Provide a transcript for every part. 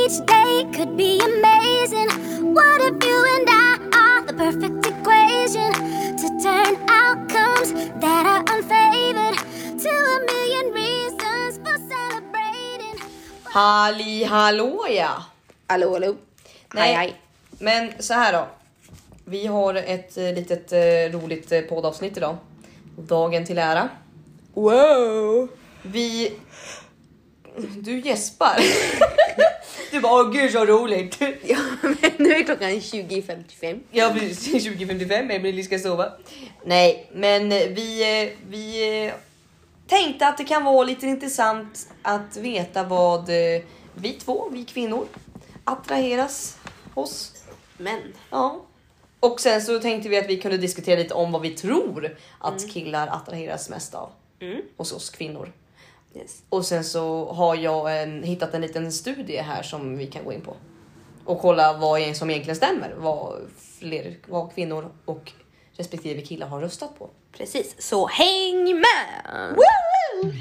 each day could be amazing. What if you and I are the perfect equation to turn outcomes that are unfavored to a million reasons for celebrating. Halli hallå ja. Hallå. Nej, Hej. men så här då. Vi har ett litet roligt poddavsnitt idag. Dagen till ära. Wow. Du gäspar. Du bara, åh gud så roligt. Ja, men nu är klockan 20:55. Jag blir 20:55, Emelie ska sova. Nej, men vi tänkte att det kan vara lite intressant att veta vad vi kvinnor attraheras hos. Men Ja. Och sen så tänkte vi att vi kunde diskutera lite om vad vi tror att killar attraheras mest av hos oss kvinnor. yes. Och sen så har jag hittat en liten studie här som vi kan gå in på. Och kolla vad som egentligen stämmer. Vad kvinnor och respektive killar har röstat på. Precis, så häng med! Woo!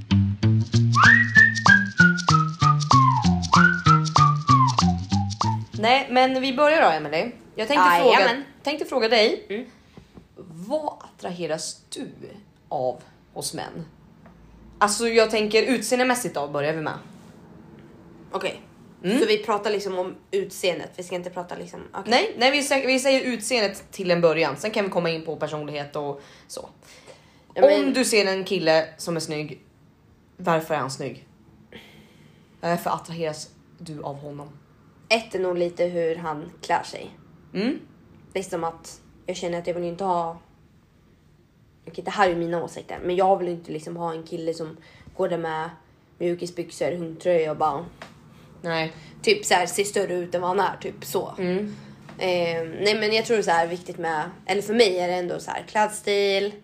Nej, men vi börjar då, Emelie. Jag tänkte fråga dig. Vad attraheras du av hos män? Alltså jag tänker utseendemässigt då börjar vi med. Okej. Så vi pratar liksom om utseendet. Vi ska inte prata liksom... Okay. Nej, vi säger utseendet till en början. Sen kan vi komma in på personlighet och så. Ja, men... Om du ser en kille som är snygg, varför är han snygg? Varför attraheras du av honom? Ett är nog lite hur han klär sig. Liksom att jag känner att jag vill inte ha... Okej, det här är mina åsikter. Men jag vill inte liksom ha en kille som går där med mjukisbyxor, hundtröja och bara... Nej. Typ så här, ser större ut än vad han är, typ så. Nej, men jag tror så här viktigt med... Eller för mig är det ändå så här klädstil.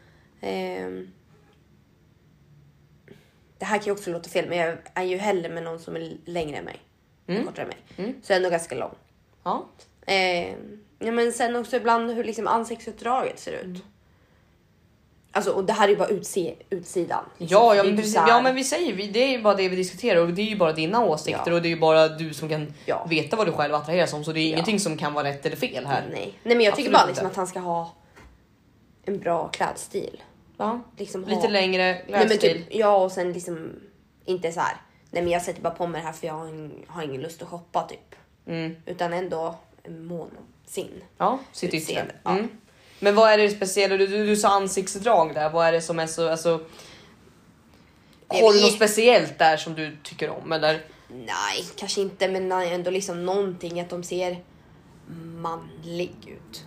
Det här kan ju också låta fel, men jag är ju hellre med någon som är längre än mig. Kortare än mig. Så jag är ändå ganska lång. Ja. Ja, men sen också ibland hur liksom ansiktsutdraget ser ut. Alltså, och det här är ju bara utsidan. Ja, men vi säger det är ju bara det vi diskuterar. Och det är ju bara dina åsikter. Och det är ju bara du som kan veta vad du själv attraheras om. Så det är ingenting som kan vara rätt eller fel här. Nej, men jag tycker bara liksom att han ska ha en bra klädstil. Ja, liksom lite längre klädstil. Nej, men typ, ja, och sen liksom inte så här. Nej, men jag sätter bara på mig det här för jag har ingen lust att shoppa typ. Utan ändå en mån om sitt yttre. Ja. Men vad är det speciella? Du sa ansiktsdrag där. Vad är det som är så... Alltså, har du något speciellt där som du tycker om? Eller? Nej, kanske inte. Men ändå liksom någonting att de ser manlig ut.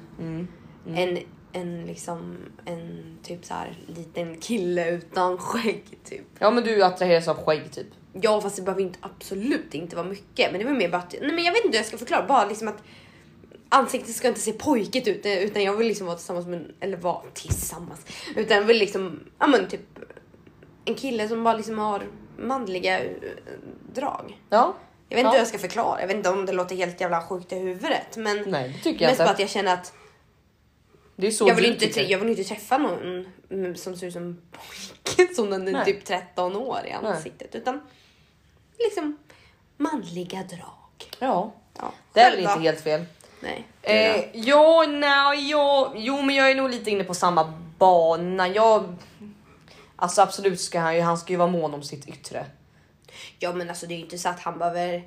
En typ så här liten kille utan skägg typ. Ja, men du attraheras av skägg typ. Ja, fast det behöver inte, absolut inte vara mycket. Men det var mer bara att... Nej, men jag vet inte hur jag ska förklara. Bara liksom att... Ansiktet ska inte se pojkigt ut, utan jag vill liksom vara tillsammans med utan jag vill liksom, ja men typ en kille som bara liksom har manliga drag. Ja. Jag vet inte hur jag ska förklara. Jag vet inte om det låter helt jävla sjukt i huvudet, men nej, det tycker jag mest inte. bara att jag känner att det är så jag vill inte träffa någon som ser ut som pojke som den är typ 13 år i ansiktet, utan liksom manliga drag. Ja. Det är väl inte helt fel. Nej. Men jag är nog lite inne på samma bana. Alltså absolut ska han ska ju vara mån om sitt yttre. Ja, men alltså det är ju inte så att han behöver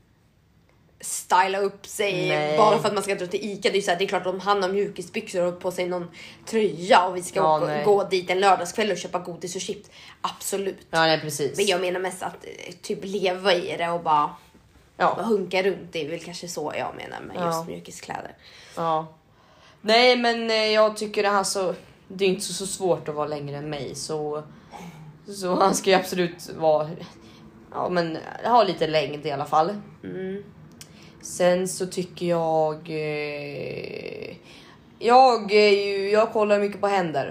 styla upp sig bara för att man ska dra till Ica. Det är ju så här, det är klart om han har mjukisbyxor och på sig någon tröja och vi ska gå dit en lördagskväll och köpa godis och chips. Absolut. Ja, nej, precis. Men jag menar mest att typ leva i det och bara hunka runt. Det är väl kanske så jag menar med just mjukiskläder. Ja. Nej, men jag tycker det här så... Det är inte så svårt att vara längre än mig. Så han ska ju absolut vara... Ja, men ha lite längd i alla fall. Sen så tycker jag kollar mycket på händer.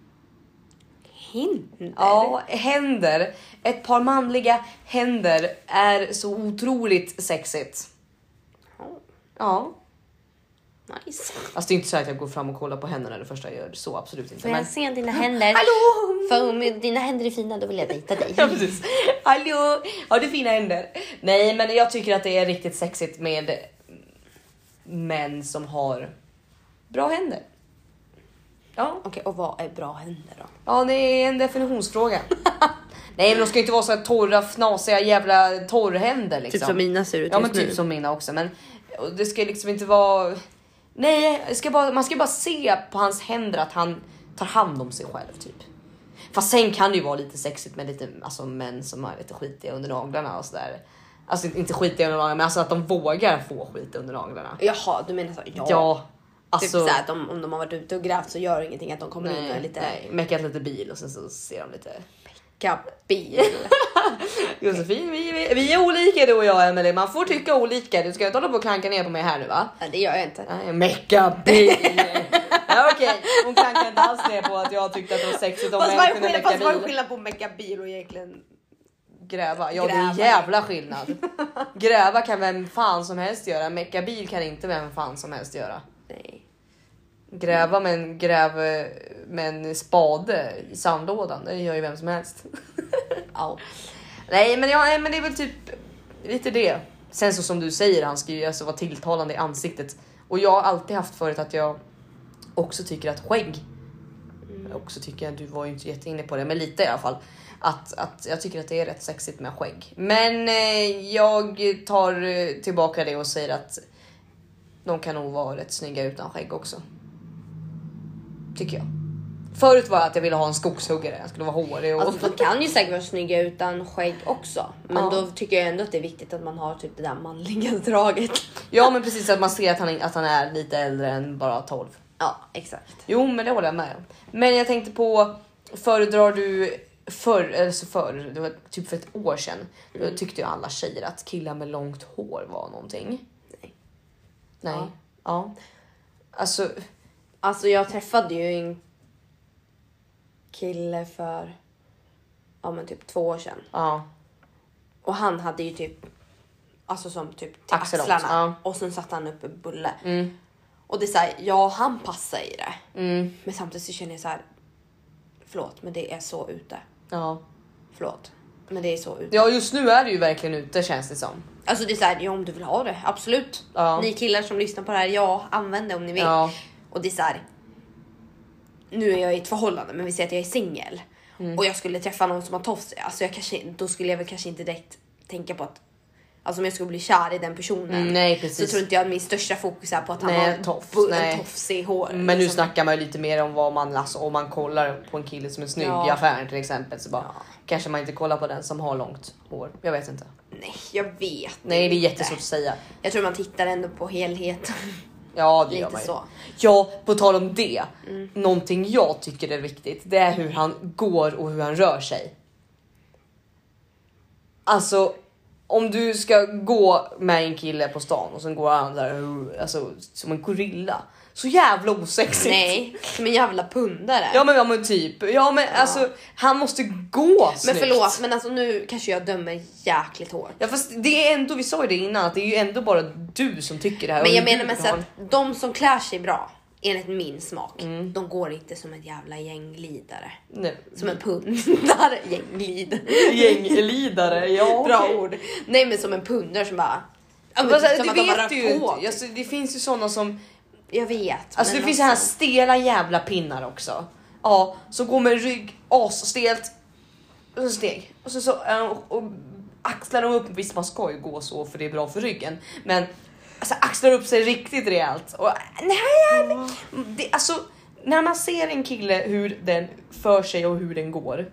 Händer? Ja, händer. Ett par manliga händer är så otroligt sexigt. Ja. Nice. Alltså det är inte så att jag går fram och kollar på händerna det första jag gör. Så absolut inte. Får jag se dina händer? Hallå! För om dina händer är fina då vill jag dejta dig. Ja, precis. Hallå! Har du fina händer? Nej, men jag tycker att det är riktigt sexigt med män som har bra händer. Ja. Okej, och vad är bra händer då? Ja, det är en definitionsfråga. Nej, men de ska inte vara så här torra, fnasiga jävla torrhänder liksom. Typ som mina ser ut Ja, men just nu. typ som mina också. Men det ska liksom inte vara... Nej, man ska bara se på hans händer att han tar hand om sig själv typ. Fast sen kan det ju vara lite sexigt med lite alltså, män som har lite skitiga under naglarna och sådär. Alltså inte skitiga under naglarna, men alltså att de vågar få skit under naglarna. Jaha, du menar så? Ja. Alltså, Typ såhär att om de har varit ute och grävt så gör ingenting att de kommer in och lite... Nej, meckat lite bil och sen så ser de lite... bil. Josefin, vi är olika du och jag, Emelie. Man får tycka olika. Du ska inte hålla på och klanka ner på mig här nu va? Nej, det gör jag inte. Nej, mecka bil. Ja, okej, hon klankar inte alls ner på att jag tyckte att det var sexigt om män kunde mecka Fast vad är bil. skillnad på mecka bil och egentligen... Gräva, ja det är en Gräva. jävla skillnad. Gräva kan vem fan som helst göra. Mecka bil kan inte vem fan som helst göra. Nej. Gräva med en spade i sandlådan, det gör ju vem som helst. Ja. Nej, men det är väl typ lite det. Sen så som du säger, han ska ju alltså vara tilltalande i ansiktet. Och jag har alltid haft förut att jag också tycker att skägg. Också tycker jag, du var ju inte jätteinne på det, men lite i alla fall. Att jag tycker att det är rätt sexigt med skägg. Men jag tar tillbaka det och säger att de kan nog vara rätt snygga utan skägg också. Tycker jag. Förut var att jag ville ha en skogshuggare. Jag skulle vara hårig och... Alltså de kan ju säkert vara snygga utan skägg också. Men Ja. då tycker jag ändå att det är viktigt att man har typ det där manliga draget. Ja, men precis, att man ser att han är lite äldre än bara 12. Ja, exakt. Jo, men det håller jag med om. Men jag tänkte på, föredrar du det var typ för ett år sedan. Då tyckte ju alla tjejer att killar med långt hår var någonting. Nej. Ja. Ja. Alltså jag träffade ju en kille för men typ 2 år sedan. Ja. Och han hade ju typ alltså som typ till Axellångt, axlarna. ja. Och sen satte han upp en bulle. Mm. Och det är så här, ja han passar i det. Mm. Men samtidigt så känner jag så här, förlåt men det är så ute. Ja. Förlåt. Men det är så ute. Ja, just nu är det ju verkligen ute, känns det som. Alltså det är så här, ja om du vill ha det, absolut. Ja. Ni killar som lyssnar på det här, ja använd det om ni vill. Ja. Och det är så här, nu är jag i ett förhållande men vi säger att jag är singel. Och jag skulle träffa någon som har tofs. Alltså då skulle jag väl kanske inte direkt tänka på att alltså om jag skulle bli kär i den personen. Nej, precis. Så tror inte jag att min största fokus är på att han Nej, har en nej. tofs i hår. Men nu liksom. snackar man ju lite mer om vad man, alltså, om man kollar på en kille som är snygg Ja. i affären till exempel, så bara, Ja. kanske man inte kollar på den som har långt hår. Jag vet inte. Nej, jag vet. Nej, det är inte. jättesvårt att säga. Jag tror man tittar ändå på helheten. Ja, det gör Lite man ju. så. Ja, på tal om det. Någonting jag tycker är viktigt, det är hur han går och hur han rör sig. Alltså, om du ska gå med en kille på stan och sen går han där alltså, som en gorilla. Så jävla osexigt. Nej, som en jävla pundare. Ja men typ. Ja men alltså han måste gå men snyggt. förlåt, men alltså nu kanske jag dömer jäkligt hårt. Ja fast det är ändå, vi sa ju det innan, att det är ju ändå bara du som tycker det här. Men och jag du menar med så har- att de som klär sig bra, enligt min smak, de går inte som en jävla gänglidare. Nej. Som en pundare. Gänglidare, ja. Bra okej. ord. Nej men som en pundare som bara... Ja, men Fast, typ som det att de har vet rört du ju på. inte. Alltså, det finns ju sådana som, Jag vet. alltså men det finns så här stela jävla pinnar också. Ja, så går med rygg asstelt och så steg och så och axlar de upp. Visst, man ska ju gå så för det är bra för ryggen, men alltså axlar upp sig riktigt rejält. Och nej, det, alltså när man ser en kille hur den för sig och hur den går,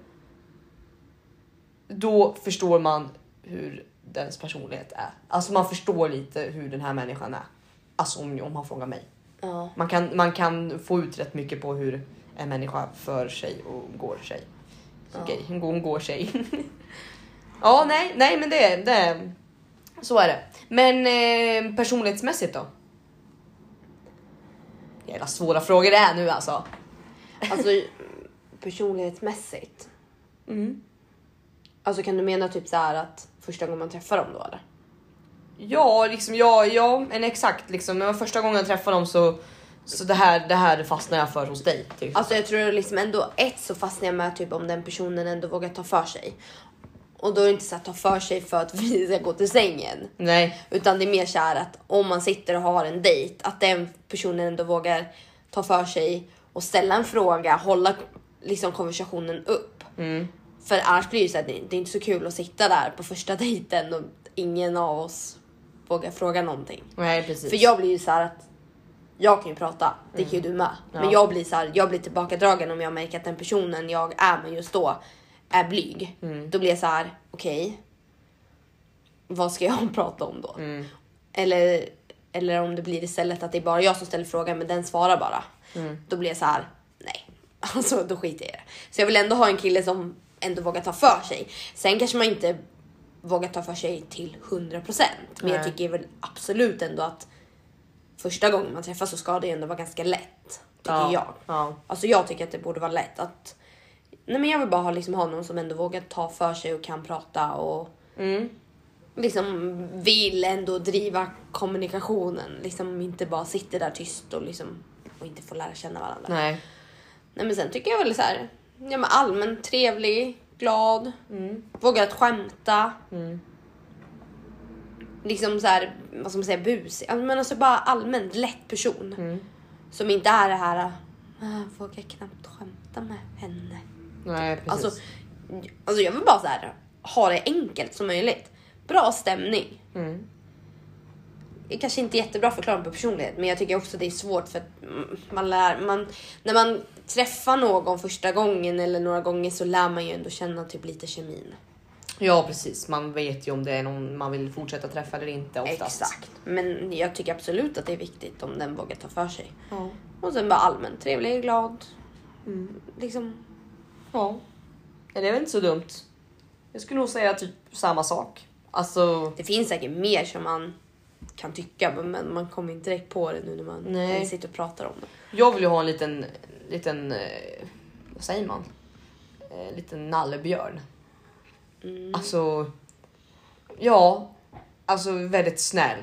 då förstår man hur dens personlighet är. Alltså man förstår lite hur den här människan är. Alltså om man frågar mig. Ja. Man kan få ut rätt mycket på hur en människa för sig och går sig. Okej, hon går sig. Ja, nej men det så är det. Men personlighetsmässigt då? Jävla svåra frågor det är nu alltså. Alltså personlighetsmässigt. Mm. Alltså kan du mena typ så här att första gången man träffar dem då eller? Ja, liksom men exakt liksom. Men första gången jag träffade dem så det här fastnar jag för hos dig. Typ. Alltså jag tror liksom ändå så fastnar jag med typ om den personen ändå vågar ta för sig. Och då är det inte så att ta för sig för att vi ska gå till sängen. Nej. Utan det är mer så här att om man sitter och har en dejt, att den personen ändå vågar ta för sig och ställa en fråga, hålla liksom konversationen upp. För annars blir det så att det är inte så kul att sitta där på första dejten och ingen av oss vågar fråga någonting. Nej, precis. För jag blir ju så här att jag kan ju prata, det kan ju du med. Ja. Men jag blir så här, jag blir tillbakadragen om jag märker att den personen jag är med just då är blyg. Då blir jag så här, okej. Vad ska jag prata om då? Eller om det blir istället att det är bara jag som ställer frågan men den svarar bara. Då blir jag så här, nej. Alltså då skiter jag i det. Så jag vill ändå ha en kille som ändå vågar ta för sig. Sen kanske man inte vågar ta för sig till 100%. Men jag tycker väl absolut ändå att första gången man träffas så ska det ändå vara ganska lätt. Tycker jag. Ja. Alltså jag tycker att det borde vara lätt att... Nej men jag vill bara ha någon som ändå vågar ta för sig och kan prata och... Liksom vill ändå driva kommunikationen. Liksom inte bara sitter där tyst och liksom... Och inte får lära känna varandra. Nej. Nej men sen tycker jag väl så här... Ja men allmänt trevlig, glad. Vågar att skämta. Liksom så här, vad ska man säga, busig. Men alltså bara allmänt lätt person. Som inte är det här... vågar knappt skämta med henne. Nej, precis. Alltså jag vill bara så här, ha det enkelt som möjligt. Bra stämning. Det är kanske inte jättebra förklaring på personlighet. Men jag tycker också det är svårt för att när man träffar någon första gången eller några gånger så lär man ju ändå känna typ lite kemin. Ja, precis. Man vet ju om det är någon man vill fortsätta träffa eller inte oftast. Exakt. Men jag tycker absolut att det är viktigt om den vågar ta för sig. Ja. Och sen bara allmänt trevlig, glad. Liksom. Ja. Det är väl inte så dumt. Jag skulle nog säga typ samma sak. Alltså... Det finns säkert mer som man kan tycka, men man kommer inte direkt på det nu när man sitter och pratar om det. Jag vill ju ha en liten vad säger man? Liten nallebjörn. Alltså, ja, alltså väldigt snäll.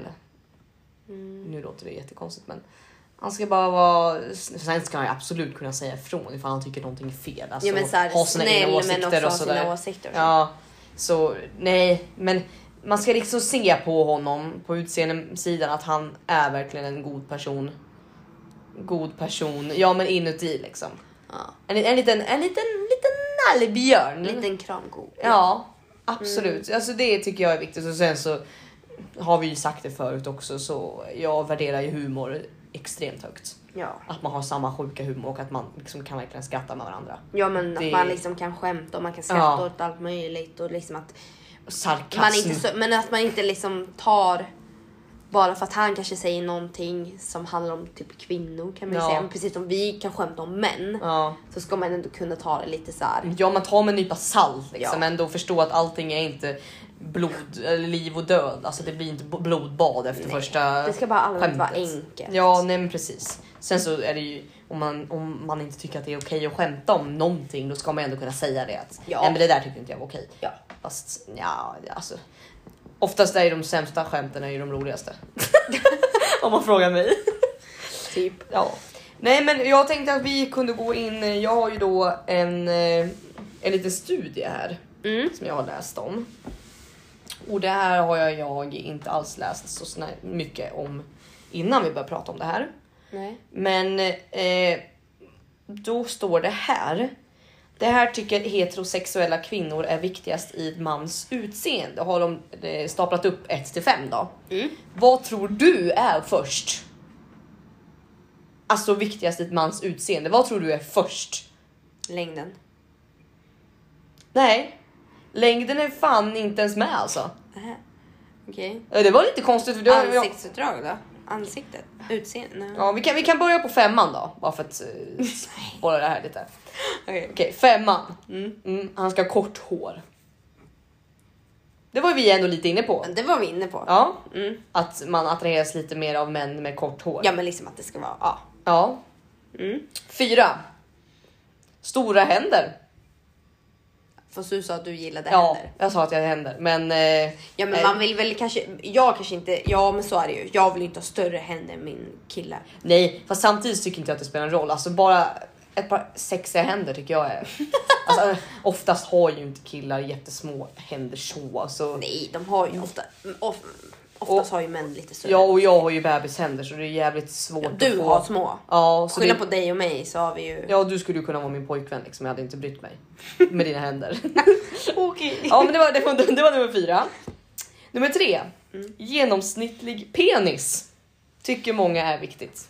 Nu låter det jättekonstigt, men han ska bara vara... Sen ska han absolut kunna säga ifrån ifall han tycker någonting är fel. Alltså, ja, men så här, ha sina snäll egna åsikter men också och ha sådär. sina åsikter. Ja, så nej, men man ska liksom se på honom på utseendesidan att han är verkligen en god person. God person, ja men inuti liksom. Ja. En liten nallebjörn. En liten kramgo. Ja, absolut. Alltså det tycker jag är viktigt. Och sen så har vi ju sagt det förut också, så jag värderar ju humor extremt högt. Ja. Att man har samma sjuka humor och att man liksom kan verkligen skratta med varandra. Ja, men det... att man liksom kan skämta och man kan skratta åt allt möjligt och liksom att sarkasm. man inte men att man inte liksom tar bara för att han kanske säger någonting som handlar om typ kvinnor kan man ju säga. Men precis som vi kan skämta om män så ska man ändå kunna ta det lite så här. Ja, man tar med en nypa salt liksom, men ändå förstå att allting är inte blod eller liv och död. Alltså det blir inte blodbad efter första det ska bara allmänt skämtet. vara enkelt. Ja, nej men precis. Sen så är det ju om man inte tycker att det är okej att skämta om någonting, då ska man ändå kunna säga det att nej men det där tycker inte jag var okej. Ja. Fast ja, alltså oftast är de sämsta skämten är ju de roligaste. Om man frågar mig. Typ. Ja. Nej, men jag tänkte att vi kunde gå in. Jag har ju då en liten studie här som jag har läst om. Och det här har jag inte alls läst så mycket om innan vi började prata om det här. Nej. Men då står det här. Det här tycker heterosexuella kvinnor är viktigast i ett mans utseende. Har de staplat upp 1-5 då. Vad tror du är först? Alltså viktigast i ett mans utseende. Vad tror du är först? Längden. Nej. Längden är fan inte ens med alltså. Okej. Det var lite konstigt. För Ansiktsutdrag då? Ansiktet? Utseende? No. Ja, vi kan börja på 5 då. Bara för att spåra det här lite. Okej, 5. Han ska ha kort hår. Det var vi ändå lite inne på. Det var vi inne på. Ja. Att man attraheras lite mer av män med kort hår. Ja, men liksom att det ska vara... Ja. 4. Stora händer. Fast du sa att du gillade Ja, händer. jag sa att jag hade händer. Men... Ja men man vill väl kanske, jag kanske inte, ja men så är det ju. Jag vill inte ha större händer än min kille. Nej, fast samtidigt tycker inte jag att det spelar en roll. Alltså bara ett par sexiga händer tycker jag är... Alltså, oftast har ju inte killar jättesmå händer så. Så... Nej, de har ju oftast har ju män lite större. Ja, och jag har ju bebishänder så det är jävligt svårt att Du få... har små. Ja, så Skillnad det... på dig och mig så har vi ju... Ja, du skulle ju kunna vara min pojkvän liksom. Jag hade inte brytt mig med dina händer. Okej. Ja, men det var nummer 4. Nummer 3. Genomsnittlig penis. Tycker många är viktigt.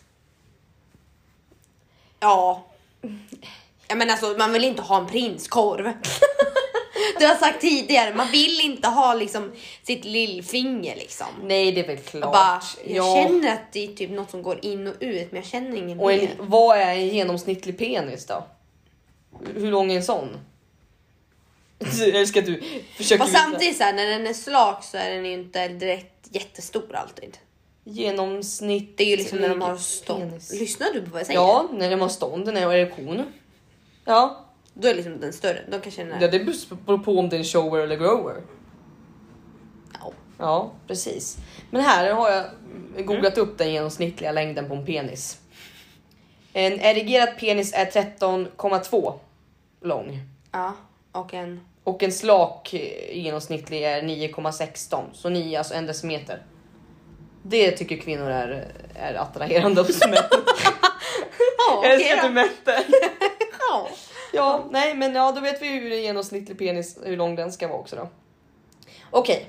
Ja. Ja men alltså man vill inte ha en prinskorv. Du har sagt tidigare, man vill inte ha liksom sitt lillfinger liksom. Nej, det är väl klart. Jag känner att det är typ något som går in och ut, men jag känner ingen Och mer. vad är en genomsnittlig penis då? Hur lång är en sån? Jag ska du försöka Fast samtidigt så här, när den är slak så är den ju inte direkt jättestor alltid. Genomsnitt. Det är ju liksom när de har stånd. Lyssnar du på vad jag säger? Ja, när de har stånd, när de har erektion. Ja. Då är liksom den större. De kanske är Ja, det beror på om det är en shower eller grower. Ja. Ja, precis. Men här har jag googlat upp den genomsnittliga längden på en penis. En erigerad penis är 13,2 lång. Ja, Och en slak genomsnittlig är 9,16. Så 9, alltså 1 decimeter. Det tycker kvinnor är attraherande hos män. Ja, Jag älskar att du mätte. Ja. Ja, nej, men ja, då vet vi hur en genomsnittlig penis, hur lång den ska vara också då. Okej.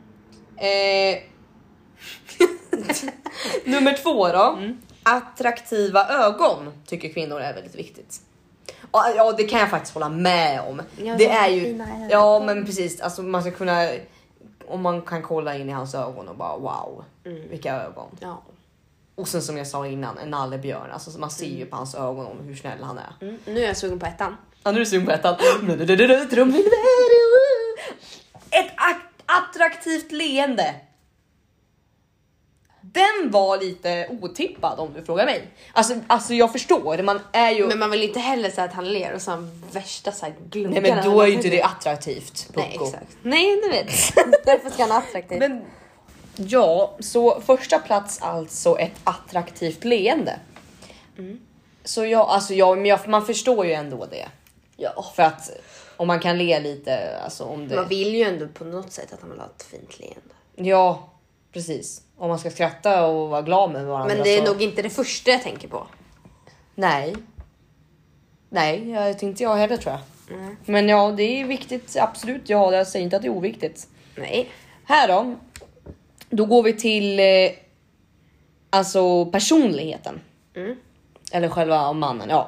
Nummer 2 då. Attraktiva ögon tycker kvinnor är väldigt viktigt. Ja, det kan jag faktiskt hålla med om. Ja, det är ju... fina ögon. Ja, men precis. Alltså man ska kunna... Om man kan kolla in i hans ögon och bara wow, vilka ögon. Ja. Och sen som jag sa innan, en nallebjörn. Alltså man ser ju på hans ögon om hur snäll han är. Nu är jag sugen på ettan. Ja, nu är du sugen på ettan. Ett attraktivt leende. Den var lite otippad om du frågar mig. Alltså jag förstår, man är ju... Men man vill inte heller säga att han ler och så har han värsta så här glunkarna. Nej, men då är ju inte det attraktivt. Nej, Pucko. exakt. Nej, du vet. Därför ska han ha attraktivt. Men ja, så första plats alltså ett attraktivt leende. Så man förstår ju ändå det. Ja. För att om man kan le lite, alltså om det... Man vill ju ändå på något sätt att han vill ha ett fint leende. Ja, precis. Om man ska skratta och vara glad med varandra. Men det är så... nog inte det första jag tänker på. Nej, jag tänkte jag heller tror jag. Men ja, det är viktigt, absolut. Jag säger inte att det är oviktigt. Nej. Här då går vi till alltså personligheten. Eller själva mannen. Ja.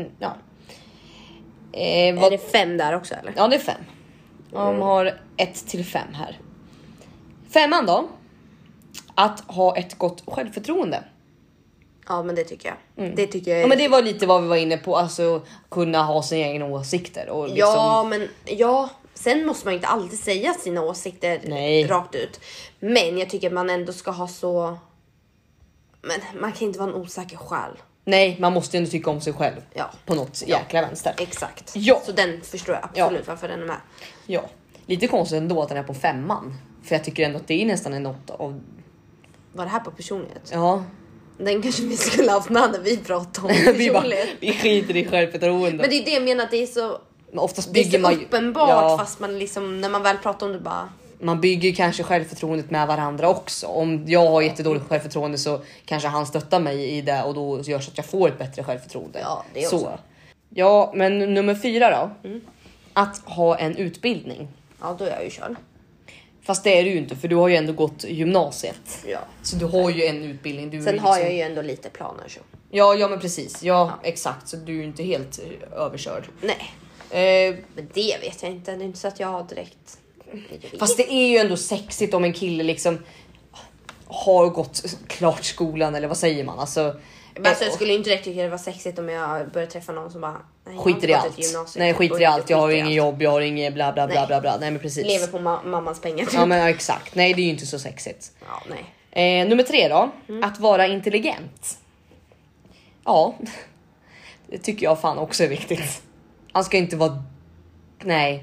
Är det 5 där också eller? Ja, det är 5. De har 1-5 här. 5 då. Att ha ett gott självförtroende. Ja, men det tycker jag. Det tycker jag är... Ja, men det var lite vad vi var inne på. Alltså kunna ha sina egna åsikter. Och liksom... Ja, men sen måste man inte alltid säga sina åsikter rakt ut. Men jag tycker att man ändå ska ha så... Men man kan inte vara en osäker själ. Nej, man måste ändå tycka om sig själv. Ja. På något jäkla vänster. Exakt. Ja. Så den förstår jag absolut varför den är med. Ja. Lite konstigt ändå att den är på 5. För jag tycker ändå att det är nästan en något av... Var det här på personlighet? Ja. Den kanske vi skulle haft med när vi pratade om vi personlighet. Vi skiter i självförtroende. Men det är det jag menar, att det är så... Men oftast Det är bygger så man ju... uppenbart fast man liksom, när man väl pratar om det bara... Man bygger kanske självförtroendet med varandra också. Om jag har jättedåligt självförtroende så kanske han stöttar mig i det och då gör så att jag får ett bättre självförtroende. Ja, det är också. Så. Ja, men nummer 4 då. Att ha en utbildning. Ja, då är jag ju körd. Fast det är du ju inte, för du har ju ändå gått gymnasiet. Ja. Så du har ju en utbildning. Du Sen har jag ju ändå lite planer så. Ja, men precis. Ja, exakt. Så du är ju inte helt överkörd. Nej. Men det vet jag inte. Det är inte så att jag har direkt... Fast det är ju ändå sexigt om en kille liksom har gått klart skolan, eller vad säger man? Alltså, jag skulle inte direkt tycka det var sexigt om jag började träffa någon som bara... Skiter i allt. Nej, skiter i allt. Jag har ingen jobb, jag har ingen bla bla bla bla bla. Nej, men precis. Lever på mammas pengar. Typ. Ja, men exakt. Nej, det är ju inte så sexigt. Ja, nej. Nummer 3 då. Att vara intelligent. Ja, det tycker jag fan också är viktigt. Han ska inte vara... Nej.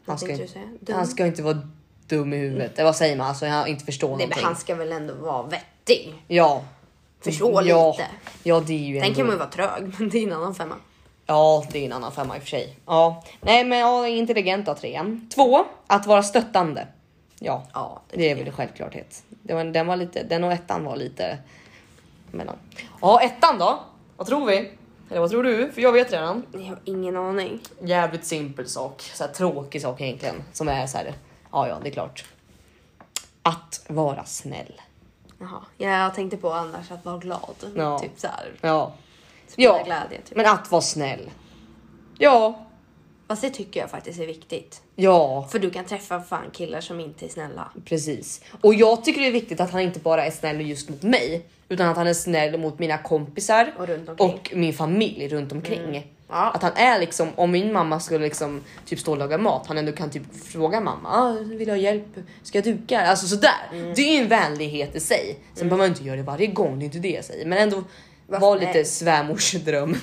Han ska inte vara dum i huvudet. Vad säger man? Alltså han inte förstår någonting. Men han ska väl ändå vara vettig. Ja. Förstå lite. Ja, det är ju Sen kan man ju vara trög, men det är en annan femma. Ja, det är en annan femma i och för sig. Ja. Nej, men ja, intelligent av 3. 2. Att vara stöttande. Ja, det är väl självklarhet. Den var lite, den och 1 var lite mellan. Ja, 1 då? Vad tror vi? Eller vad tror du? För jag vet redan. Jag har ingen aning. Jävligt simpel sak. Så här tråkig sak egentligen. Som är så här. Ja, det är klart. Att vara snäll. Jaha, jag tänkte på annars att vara glad. Ja. Typ så här. Ja. Glädje, typ. Men att vara snäll. Ja. Fast det tycker jag faktiskt är viktigt. Ja. För du kan träffa fan killar som inte är snälla. Precis. Och jag tycker det är viktigt att han inte bara är snäll just mot mig. Utan att han är snäll mot mina kompisar. Och min familj runt omkring. Ja. Att han är liksom, om min mamma skulle liksom typ stå och laga mat, han ändå kan typ fråga mamma, vill jag ha hjälp? Ska jag duka? Alltså sådär. Det är ju en vänlighet i sig. Sen behöver man inte göra det varje gång, det är inte det jag säger. Men ändå var lite svärmorsdröm.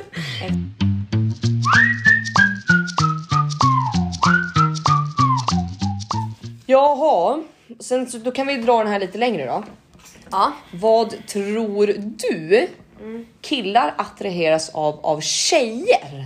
Jaha, sen så, då kan vi dra den här lite längre då. Ja. Vad tror du killar attraheras av tjejer?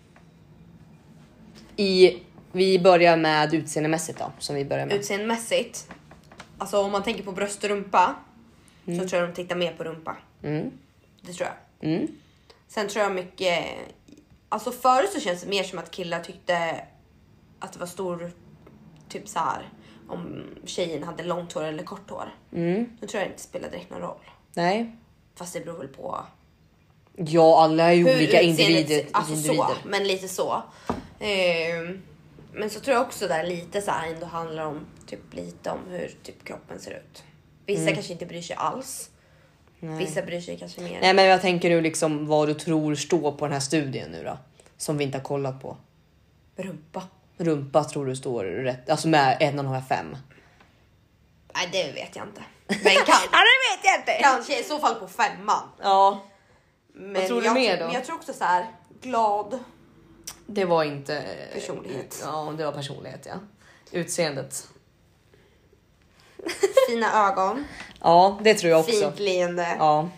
Vi börjar med utseendemässigt då, som vi börjar med. Utseendemässigt. Alltså om man tänker på bröst och rumpa. Så tror jag de tittar mer på rumpa. Det tror jag. Sen tror jag mycket. Alltså förut så känns det mer som att killar tyckte att det var stor. Typ så här. Om tjejen hade långt hår eller kort hår. Då tror jag inte spelar direkt någon roll. Nej. Fast det beror väl på. Ja, alla är ju olika individer. Alltså så, men lite så. Men så tror jag också där lite så här ändå handlar om typ lite om hur typ kroppen ser ut. Vissa kanske inte bryr sig alls. Nej. Vissa bryr sig kanske mer. Nej, men jag tänker nu liksom vad du tror står på den här studien nu då. Som vi inte har kollat på. Rumpa tror du står rätt. Alltså med 1,5. Nej, det vet jag inte. Men ja, det vet jag inte. Kanske i så fall på 5. Ja. Men vad tror du mer då? Men jag tror också så här glad. Det var inte personlighet. Ja, det var personlighet, ja. Utseendet. Fina ögon. Ja, det tror jag också. Fint leende. Ja.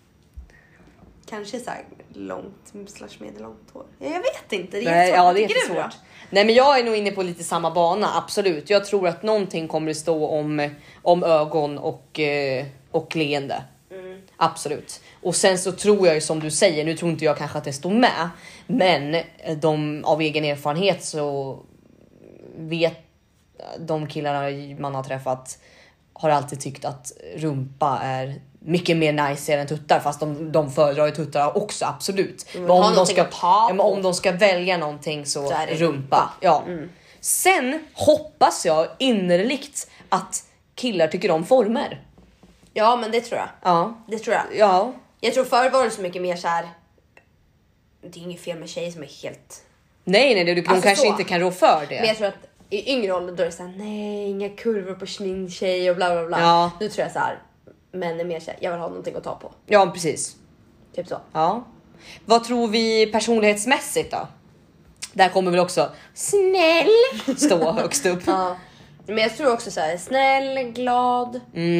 Kanske så här långt /medellångt hår. Jag vet inte. Det är Nej, svårt. ja, det är jättesvårt. Nej, men jag är nog inne på lite samma bana, absolut. Jag tror att någonting kommer att stå om ögon och leende. Absolut. Och sen så tror jag ju som du säger, nu tror inte jag kanske att det står med, men av egen erfarenhet så vet de killarna man har träffat har alltid tyckt att rumpa är mycket mer nice än tuttar, fast de föredrar ju tuttar också, absolut. Men om de ska välja någonting så är det rumpa. Ja. Sen hoppas jag innerligt att killar tycker om former. Ja, men det tror jag. Ja. Det tror jag. Ja. Jag tror förr var det så mycket mer så här. Det är inget fel med tjejer som är helt. Nej, de kanske så. Inte kan rå för det. Men jag tror att i yngre ålder då är det så här, nej, inga kurvor på min tjej och bla bla bla. Ja. Nu tror jag så här, men är mer så här, jag vill ha någonting att ta på. Ja, precis. Typ så. Ja. Vad tror vi personlighetsmässigt då? Där kommer väl också snäll stå högst upp. Ja. Men jag tror också så här, snäll, glad.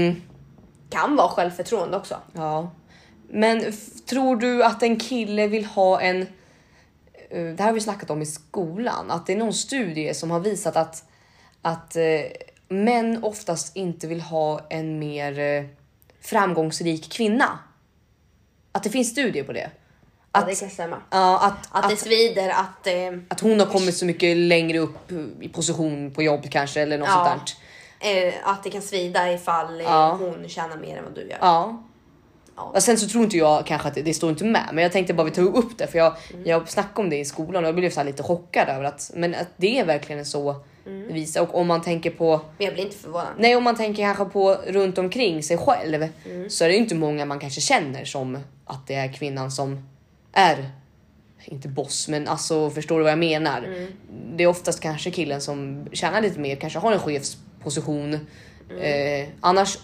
Kan vara självförtroende också. Ja. Men tror du att en kille vill ha en... Det här har vi snackat om i skolan. Att det är någon studie som har visat att män oftast inte vill ha en mer framgångsrik kvinna. Att det finns studier på det. Ja, det kan stämma. Att det svider, att hon har kommit så mycket längre upp i position på jobb kanske, eller något sånt där. Att det kan svida ifall hon tjänar mer än vad du gör. Ja. Och sen så tror inte jag kanske att det står inte med, men jag tänkte bara vi tog upp det, för jag snackade om det i skolan och jag blev så här lite chockad över att det är verkligen så visa. Och om man tänker på, men jag blir inte förvånad. Nej, om man tänker kanske på runt omkring sig själv, så är det ju inte många man kanske känner som att det är kvinnan som är inte boss, men alltså förstår du vad jag menar? Det är oftast kanske killen som tjänar lite mer, kanske har en chefsposition. Annars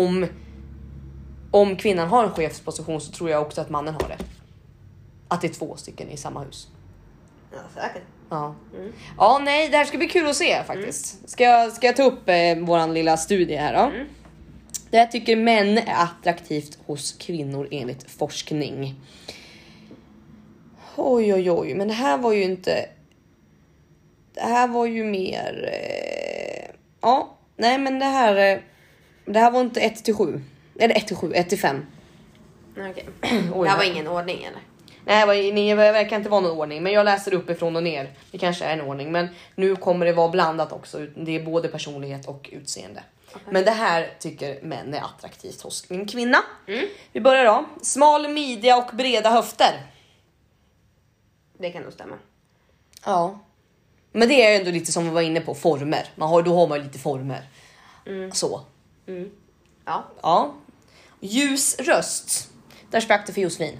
om kvinnan har en chefsposition så tror jag också att mannen har det. Att det är 2 stycken i samma hus. Ja, säkert. Ja. Ja, nej, det här ska bli kul att se faktiskt. Ska jag ta upp våran lilla studie här då? Det här tycker män är attraktivt hos kvinnor enligt forskning. Oj, men det här var ju inte... Det här var ju mer... Ja, nej men det här var inte 1-7. Eller 1-7, 1-5. Okej. Det här var ingen ordning eller? Nej, det verkar inte vara någon ordning. Men jag läser uppifrån och ner. Det kanske är en ordning. Men nu kommer det vara blandat också. Det är både personlighet och utseende. Okay. Men det här tycker män är attraktivt hos en kvinna. Vi börjar då. Smal midja och breda höfter. Det kan nog stämma. Ja. Men det är ändå lite som vi var inne på. Former. Då har man lite former. Så. Ja. Ljus röst. Där sprack det för Josefin.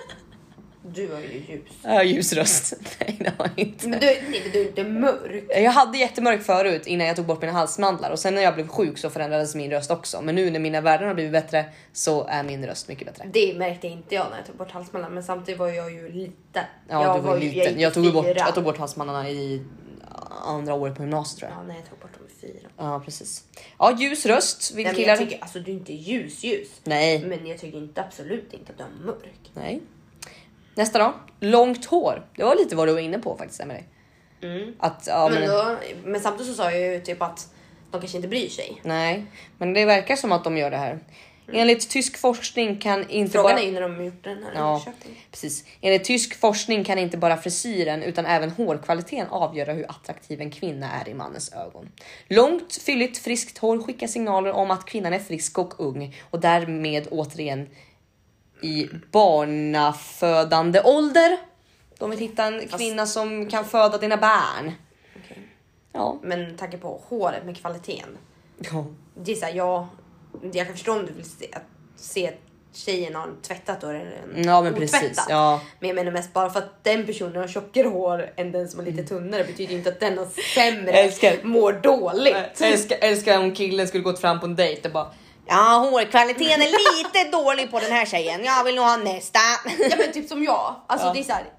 Du var ju ljus. Ja, ljus röst. Nej, det var inte. Men du är inte mörk. Jag hade jättemörk förut innan jag tog bort mina halsmandlar. Och sen när jag blev sjuk så förändrades min röst också. Men nu när mina värden har blivit bättre så är min röst mycket bättre. Det märkte inte jag när jag tog bort halsmandlarna. Men samtidigt var jag ju liten. Ja, du var liten. Jag tog bort halsmandlarna i andra året på gymnasiet tror jag. Ja, nej, jag tog bort dem i 4. Ja, precis. Ja, ljus röst. Nej, men jag tycker, alltså du är inte ljus. Nej. Men jag tycker inte absolut inte att du är mörk. Nej. Nästa då. Långt hår. Det var lite vad du var inne på faktiskt, Emelie. Att, ja, men samtidigt så sa jag ju typ att de kanske inte bryr sig. Nej, men det verkar som att de gör det här. Enligt tysk forskning kan inte Frågan är ju när de har gjort den här undersökningen. Precis. Enligt tysk forskning kan inte bara frisyren utan även hårkvaliteten avgöra hur attraktiv en kvinna är i mannens ögon. Långt, fylligt, friskt hår skickar signaler om att kvinnan är frisk och ung och därmed återigen i barnafödande ålder. De vill hitta en kvinna som kan föda dina barn. Okay. Ja. Men tack på håret med kvaliteten. Ja. Det är så här, jag kan förstå om du vill se att tjejen har tvättat då eller men precis. Ja. Men jag menar mest bara för att den personen har tjockare hår än den som har lite tunnare betyder inte att den har sämre mår dåligt. Älskar om killen skulle gått fram på en dejt och bara ja, hårkvaliteten är lite dålig på den här tjejen. Jag vill nog ha nästa. Ja, men typ som jag. Alltså det är så här,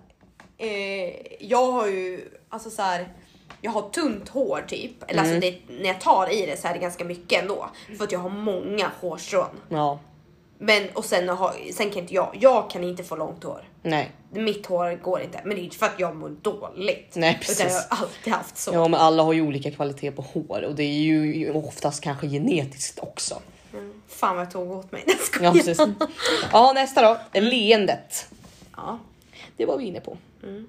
jag har ju alltså så här, jag har tunt hår typ. Eller alltså det, när jag tar i det så är det ganska mycket ändå. För att jag har många hårstrån. Ja. Men och sen kan inte jag kan inte få långt hår. Nej. Mitt hår går inte. Men det är inte för att jag mår dåligt. Nej, precis. Utan jag har alltid haft så. Ja, men alla har ju olika kvalitet på hår. Och det är ju oftast kanske genetiskt också. Fan vad jag tog åt mig. Ja, precis. Ja, nästa då. Leendet. Ja. Det var vi inne på.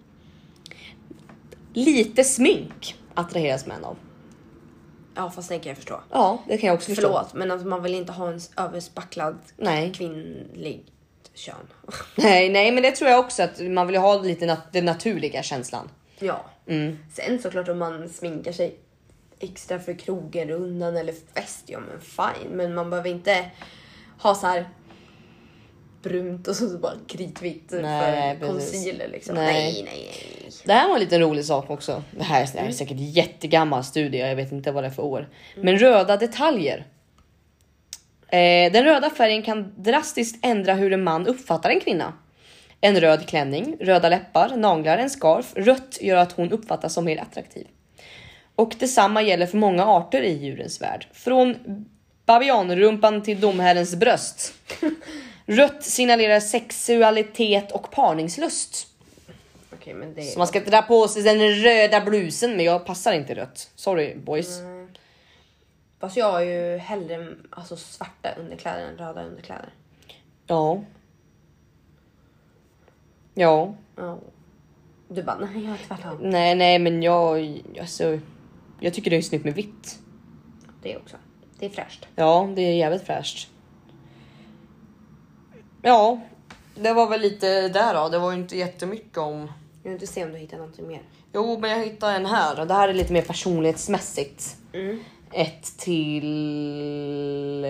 Lite smink attraheras män av. Ja, fast det kan jag förstå. Ja, det kan jag också förstå. Förlåt, men alltså, man vill inte ha en överspacklad kvinnlig kön. Nej, men det tror jag också att man vill ha lite den naturliga känslan. Ja. Sen såklart om man sminkar sig extra för krogen, rundan eller fest, ja men fine. Men man behöver inte ha så här brunt och så bara kritvitt för concealer liksom. Nej. Det här var en liten rolig sak också. Det här är säkert jättegammal studie, jag vet inte vad det är för år. Men röda detaljer. Den röda färgen kan drastiskt ändra hur en man uppfattar en kvinna. En röd klänning, röda läppar, naglar, en scarf. Rött gör att hon uppfattas som mer attraktiv. Och detsamma gäller för många arter i djurens värld. Från babianrumpan till domherrens bröst. Rött signalerar sexualitet och parningslust. Okej, men det... Så man ska dra på sig den röda blusen, men jag passar inte rött. Sorry boys. Fast jag har ju hellre alltså, svarta underkläder än röda underkläder. Ja. Du bara, nej jag är tvärtom. Nej, men jag tycker det är snyggt med vitt. Det också. Det är fräscht. Ja, det är jävligt fräscht. Ja, det var väl lite där då. Det var ju inte jättemycket om... Jag vill inte se om du hittar någonting mer. Jo, men jag hittade en här. Och det här är lite mer personlighetsmässigt. 1 till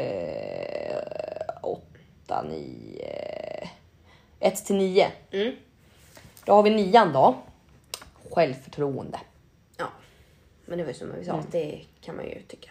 8, 9. 1 till 9. Då har vi 9 då. Självförtroende. Ja, men det var ju som vi sa. Det kan man ju tycka.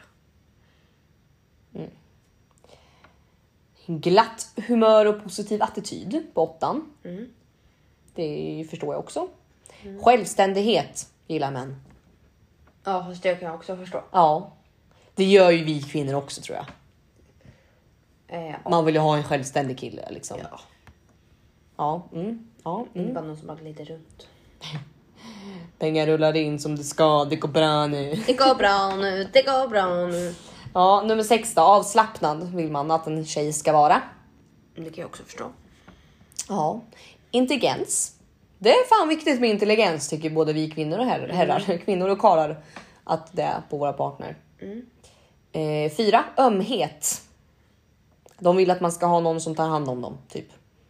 Glatt humör och positiv attityd på 8. Det förstår jag också. Självständighet gillar män. Ja, fast det kan jag också förstå. Ja. Det gör ju vi kvinnor också tror jag. Ja. Man vill ju ha en självständig kille liksom. Ja. Ja. Inte bara någon som bara glider runt. Pengar rullar in som det ska. Det går bra nu. Det går bra nu, det går bra nu. Ja, nummer 6 då. Avslappnad vill man att en tjej ska vara. Det kan jag också förstå. Ja. Intelligens. Det är fan viktigt med intelligens tycker både vi kvinnor och herrar. Kvinnor och karlar. Att det är på våra partner. 4. Ömhet. De vill att man ska ha någon som tar hand om dem, typ.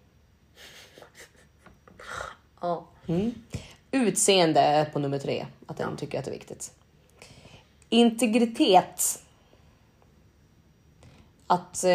Ja. Utseende är på nummer 3. Att den tycker att det är viktigt. Integritet. Att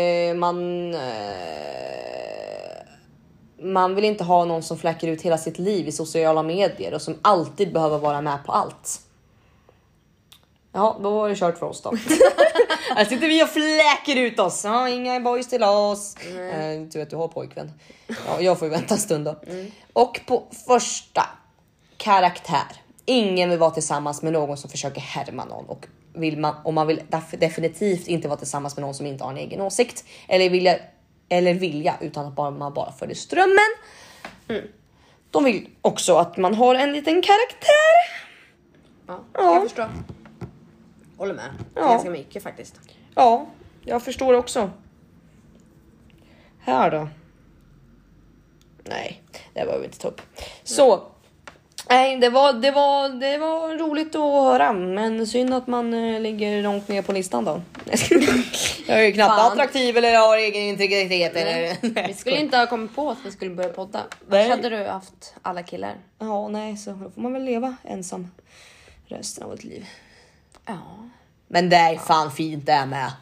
man vill inte ha någon som fläcker ut hela sitt liv i sociala medier och som alltid behöver vara med på allt. Ja, då var det kört för oss då. Här sitter vi och fläker ut oss. Ja, inga boys till oss. Du vet, du har pojkvän. Ja, jag får ju vänta en stund då. Och på första, karaktär. Ingen vill vara tillsammans med någon som försöker härma någon. Och man vill definitivt inte vara tillsammans med någon som inte har en egen åsikt. Eller vilja utan att man bara följer strömmen. De vill också att man har en liten karaktär. Ja, jag förstår. Håller med. Ganska mycket faktiskt. Ja, jag förstår också. Här då. Nej, det behöver vi inte ta upp. Så. Nej, det var roligt att höra. Men synd att man ligger långt ner på listan då. Jag är ju knappt attraktiv eller har egen integritet. Eller... Vi skulle inte ha kommit på att vi skulle börja podda. Nej. Annars hade du haft alla killar. Ja, nej, så då får man väl leva ensam resten av ett liv. Ja. Men det är fan fint det med.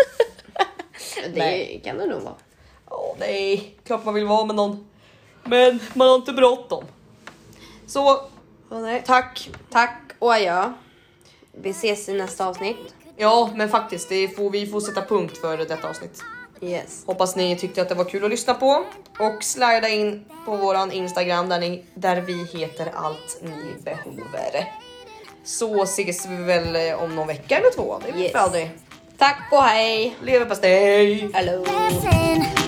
Det kan det nog vara. Ja, nej. Klart man vill vara med någon. Men man har inte bråttom. Så, tack. Tack och adjö. Vi ses i nästa avsnitt. Ja, men faktiskt, vi får sätta punkt för detta avsnitt. Yes. Hoppas ni tyckte att det var kul att lyssna på. Och slida in på våran Instagram där vi heter allt ni behöver. Så ses vi väl om någon vecka eller 2. Det vet vi aldrig. Tack och hej. Leverpastej! Hello. Dancing.